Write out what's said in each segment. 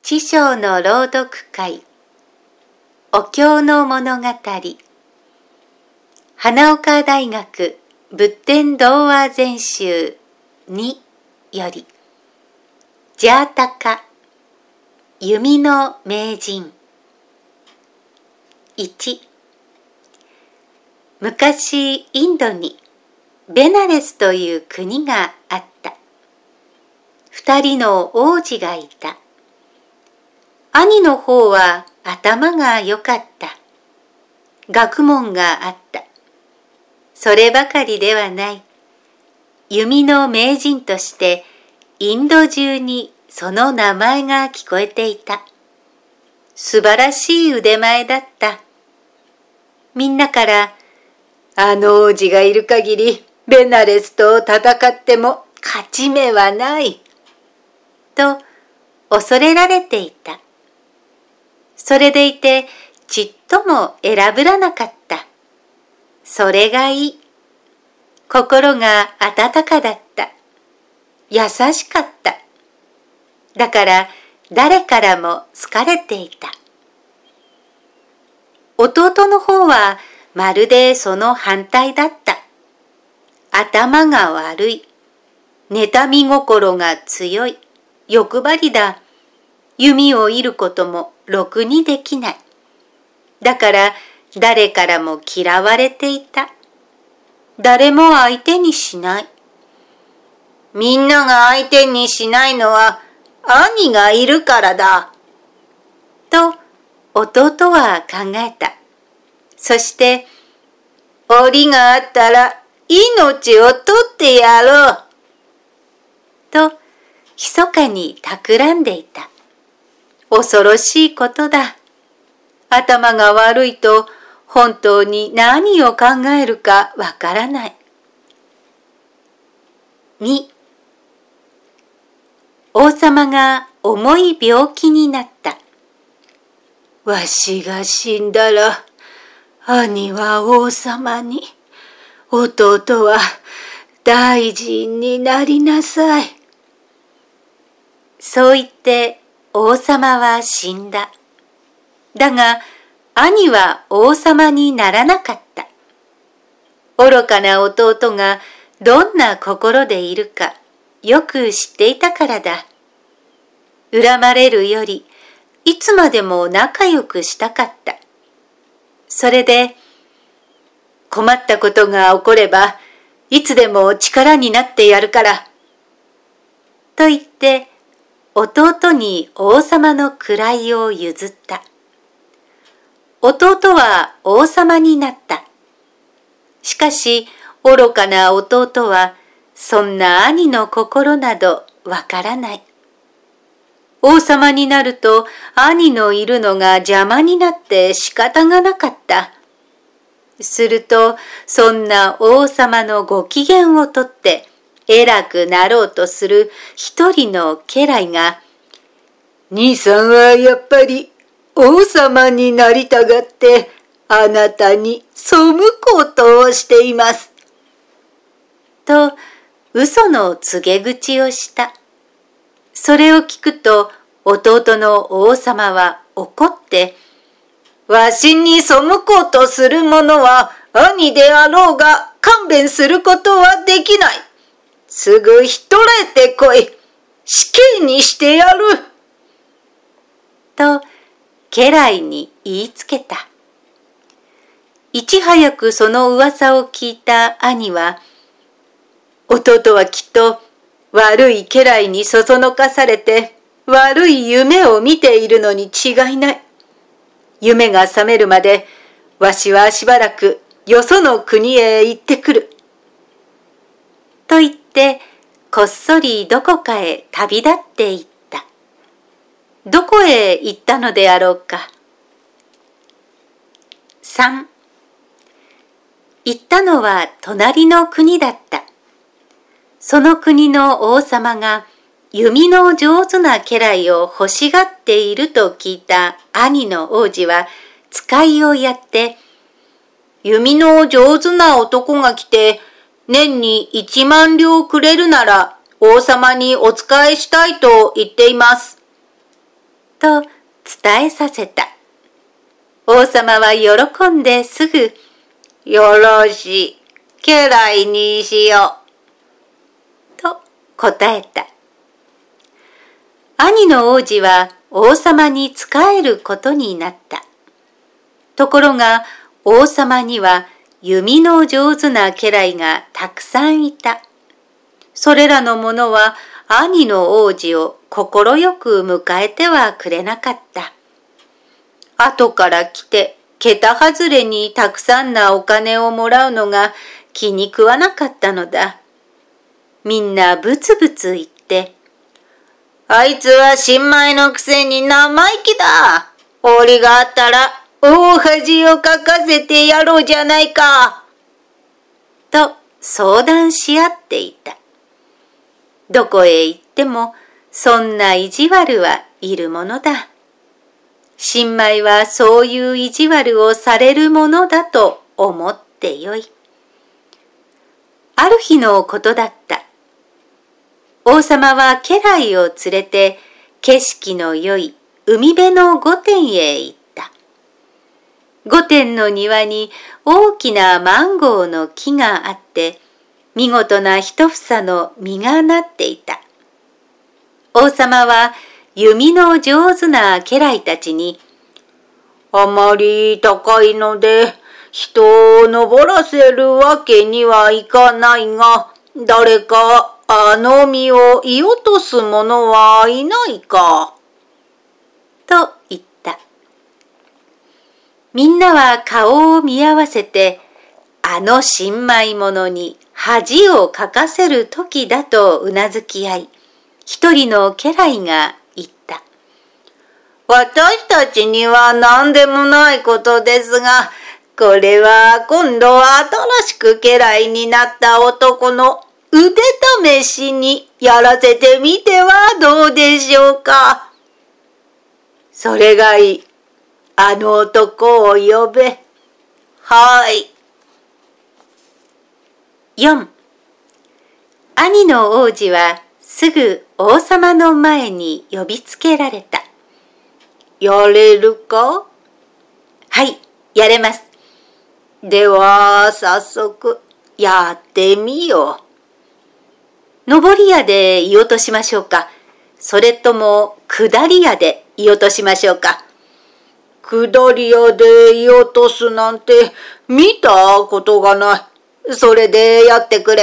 知性の朗読会、お経の物語、花岡大学仏典童話全集2より、ジャータカ、弓の名人。1、昔インドにベナレスという国があった。2人の王子がいた。兄の方は頭が良かった。学問があった。そればかりではない。弓の名人としてインド中にその名前が聞こえていた。素晴らしい腕前だった。みんなから、あの王子がいる限りベナレスと戦っても勝ち目はない。と恐れられていた。それでいてちっとも偉ぶらなかった。それがいい。心が温かだった。優しかった。だから誰からも好かれていた。弟の方はまるでその反対だった。頭が悪い。妬み心が強い。欲張りだ。弓を射ることもろくにできない。だから誰からも嫌われていた。誰も相手にしない。みんなが相手にしないのは兄がいるからだ。と弟は考えた。そして、折があったら命を取ってやろう。と密かに企んでいた。恐ろしいことだ。頭が悪いと本当に何を考えるかわからない。2、王様が重い病気になった。わしが死んだら、兄は王様に、弟は大臣になりなさい。そう言って王様は死んだ。だが兄は王様にならなかった。愚かな弟がどんな心でいるかよく知っていたからだ。恨まれるよりいつまでも仲良くしたかった。それで、困ったことが起こればいつでも力になってやるから。と言って弟に王様の位を譲った。弟は王様になった。しかし愚かな弟はそんな兄の心などわからない。王様になると兄のいるのが邪魔になって仕方がなかった。するとそんな王様のご機嫌をとって偉くなろうとする一人の家来が、兄さんはやっぱり王様になりたがってあなたに背こうとしています。と嘘の告げ口をした。それを聞くと弟の王様は怒って、わしに背こうとする者は兄であろうが勘弁することはできない。すぐひとれてこい。死刑にしてやる。と家来に言いつけた。いち早くその噂を聞いた兄は、弟はきっと悪い家来にそそのかされて悪い夢を見ているのに違いない。夢が覚めるまでわしはしばらくよその国へ行ってくる。と言ってこっそりどこかへ旅立って行った。どこへ行ったのであろうか。3、行ったのは隣の国だった。その国の王様が弓の上手な家来を欲しがっていると聞いた兄の王子は使いをやって、弓の上手な男が来て年に1万両くれるなら王様にお仕えしたいと言っています。 と伝えさせた。王様は喜んですぐ、よろしい、家来にしよう、と答えた。兄の王子は王様に仕えることになった。ところが王様には弓の上手な家来がたくさんいた。それらの者は兄の王子を快く迎えてはくれなかった。後から来て桁外れにたくさんなお金をもらうのが気に食わなかったのだ。みんなブツブツ言って、あいつは新米のくせに生意気だ。檻があったら大恥をかかせてやろうじゃないか。と相談し合っていた。どこへ行ってもそんな意地悪はいるものだ。新米はそういう意地悪をされるものだと思ってよい。ある日のことだった。王様は家来を連れて景色の良い海辺の御殿へ行った。御殿の庭に大きなマンゴーの木があって、見事な一房の実がなっていた。王様は弓の上手な家来たちに、あまり高いので人を登らせるわけにはいかないが、誰かあの実を射落とす者はいないか、と言った。みんなは顔を見合わせて、あの新米者に恥をかかせる時だとうなずき合い、一人の家来が言った。私たちには何でもないことですが、これは今度は新しく家来になった男の腕試しにやらせてみてはどうでしょうか。それがいい。あの男を呼べ。はい。4. 兄の王子はすぐ王様の前に呼びつけられた。やれるか？はい、やれます。では早速やってみよう。上り矢で射落としましょうか。それとも下り矢で射落としましょうか。下り矢で射落とすなんて見たことがない。それでやってくれ。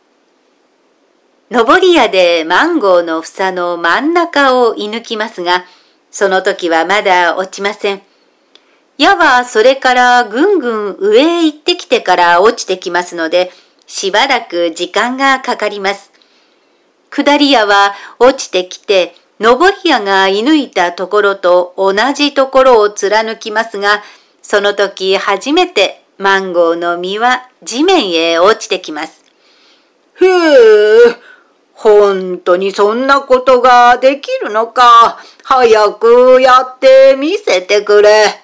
上り矢でマンゴーの房の真ん中を射抜きますが、その時はまだ落ちません。矢はそれからぐんぐん上へ行ってきてから落ちてきますので、しばらく時間がかかります。下り矢は落ちてきて、上り矢が射抜いたところと同じところを貫きますが、その時初めてマンゴーの実は地面へ落ちてきます。へえ、本当にそんなことができるのか。早くやってみせてくれ。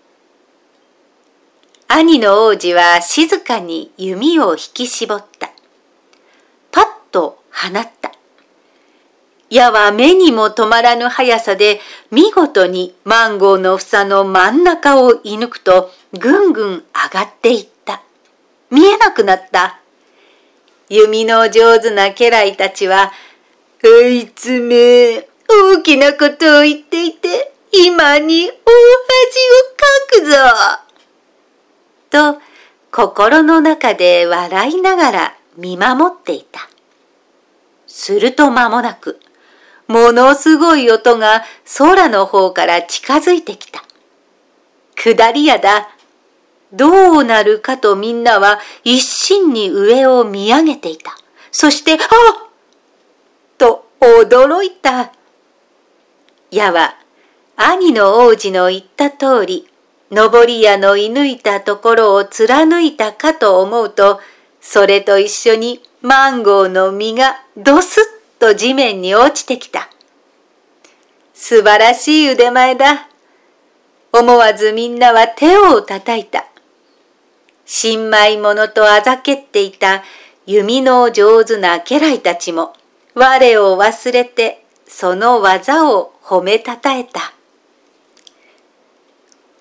兄の王子は静かに弓を引き絞った。パッと放った。矢は目にも止まらぬ速さで見事にマンゴーの房の真ん中を射抜くとぐんぐん上がっていった。見えなくなった。弓の上手な家来たちは、あいつめ、大きなことを言っていて、今に大恥をかくぞ。と、心の中で笑いながら見守っていた。すると間もなく、ものすごい音が空の方から近づいてきた。下り矢だ。どうなるかとみんなは一心に上を見上げていた。そして、あっと驚いた。矢は兄の王子の言った通り、上り矢の射抜いたところを貫いたかと思うと、それと一緒にマンゴーの実がドスッと地面に落ちてきた。素晴らしい腕前だ。思わずみんなは手を叩いた。新米者とあざけっていた弓の上手な家来たちも我を忘れてその技を褒めたたえた。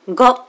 5、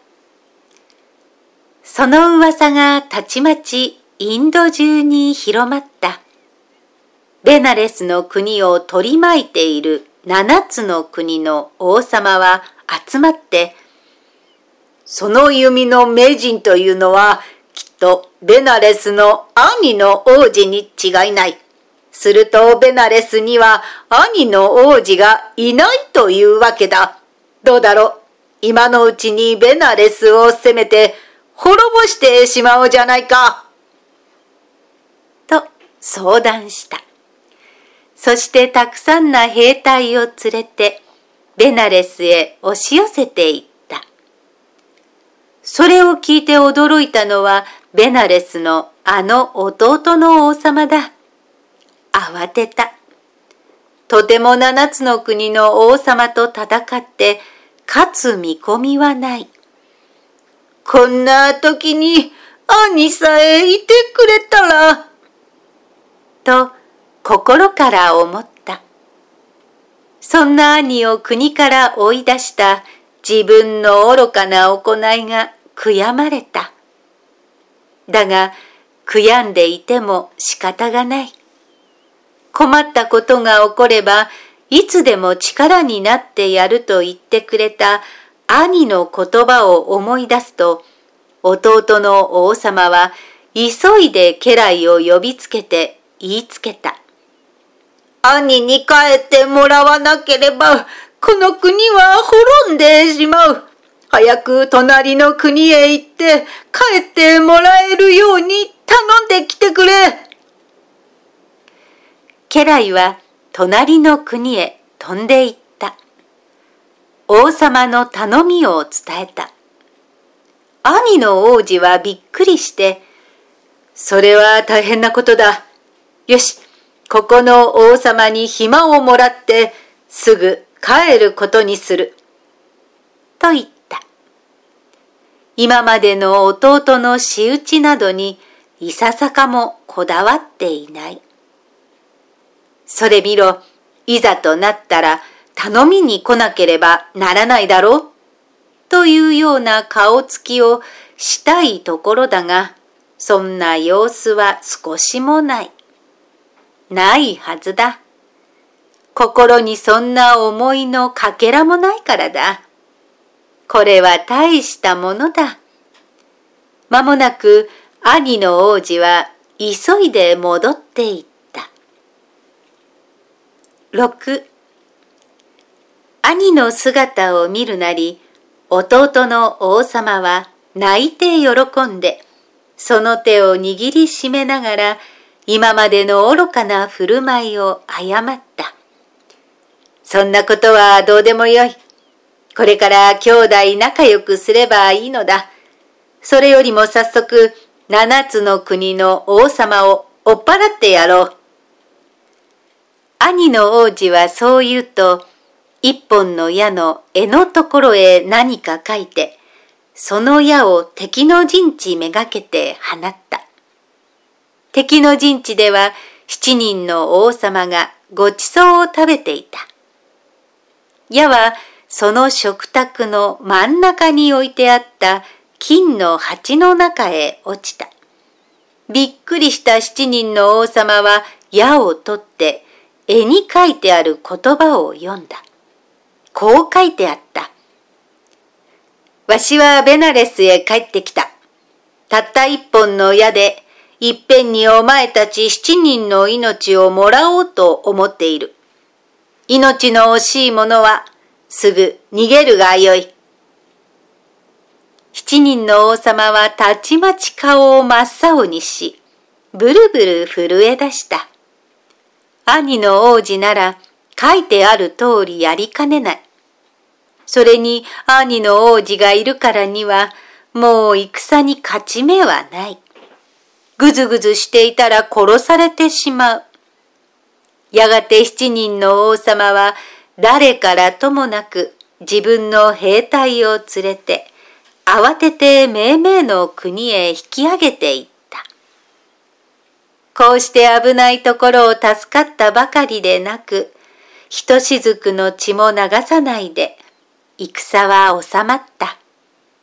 その噂がたちまちインド中に広まった。ベナレスの国を取り巻いている7つの国の王様は集まって、その弓の名人というのはきっとベナレスの兄の王子に違いない。するとベナレスには兄の王子がいないというわけだ。どうだろう。今のうちにベナレスを攻めて滅ぼしてしまおうじゃないか。と相談した。そしてたくさんな兵隊を連れてベナレスへ押し寄せていった。それを聞いて驚いたのはベナレスのあの弟の王様だ。慌てた。とても7つの国の王様と戦って勝つ見込みはない。こんな時に兄さえいてくれたら、と心から思った。そんな兄を国から追い出した自分の愚かな行いが悔やまれた。だが悔やんでいても仕方がない。困ったことが起こればいつでも力になってやると言ってくれた兄の言葉を思い出すと、弟の王様は急いで家来を呼びつけて言いつけた。兄に帰ってもらわなければ、この国は滅んでしまう。早く隣の国へ行って帰ってもらえるように頼んできてくれ。家来は隣の国へ飛んで行った。王様の頼みを伝えた。兄の王子はびっくりして、それは大変なことだ。よし、ここの王様に暇をもらってすぐ帰ることにする。と言った。今までの弟の仕打ちなどにいささかもこだわっていない。それ見ろ、いざとなったら頼みに来なければならないだろう。というような顔つきをしたいところだが、そんな様子は少しもない。ないはずだ。心にそんな思いのかけらもないからだ。これは大したものだ。間もなく兄の王子は急いで戻っていった。6、兄の姿を見るなり、弟の王様は泣いて喜んで、その手を握りしめながら、今までの愚かな振る舞いを謝った。そんなことはどうでもよい。これから兄弟仲良くすればいいのだ。それよりも早速、7つの国の王様を追っ払ってやろう。兄の王子はそう言うと、一本の矢の柄のところへ何か書いて、その矢を敵の陣地めがけて放った。敵の陣地では7人の王様がごちそうを食べていた。矢はその食卓の真ん中に置いてあった金の鉢の中へ落ちた。びっくりした7人の王様は矢を取って絵に書いてある言葉を読んだ。こう書いてあった。わしはベナレスへ帰ってきた。たった一本の矢でいっぺんにお前たち7人の命をもらおうと思っている。命の惜しい者はすぐ逃げるがよい。7人の王様はたちまち顔を真っ青にし、ブルブル震え出した。兄の王子なら書いてある通りやりかねない。それに兄の王子がいるからにはもう戦に勝ち目はない。ぐずぐずしていたら殺されてしまう。やがて7人の王様は誰からともなく自分の兵隊を連れて慌ててめいめいの国へ引き上げていった。こうして危ないところを助かったばかりでなく、ひとしずくの血も流さないで戦は収まった。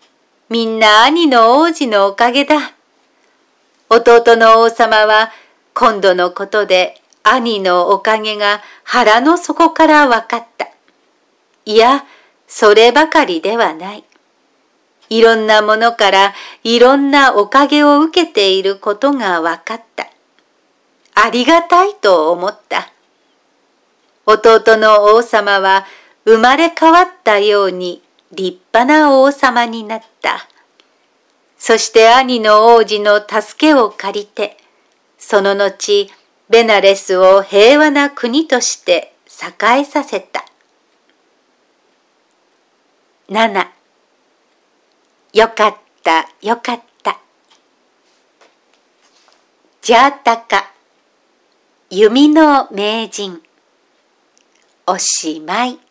みんな兄の王子のおかげだ。弟の王様は今度のことで兄のおかげが腹の底からわかった。いや、そればかりではない。いろんなものからいろんなおかげを受けていることがわかった。ありがたいと思った。弟の王様は生まれ変わったように立派な王様になった。そして兄の王子の助けを借りて、その後、ベナレスを平和な国として栄えさせた。7. よかった、よかった。ジャータカ、弓の名人。おしまい。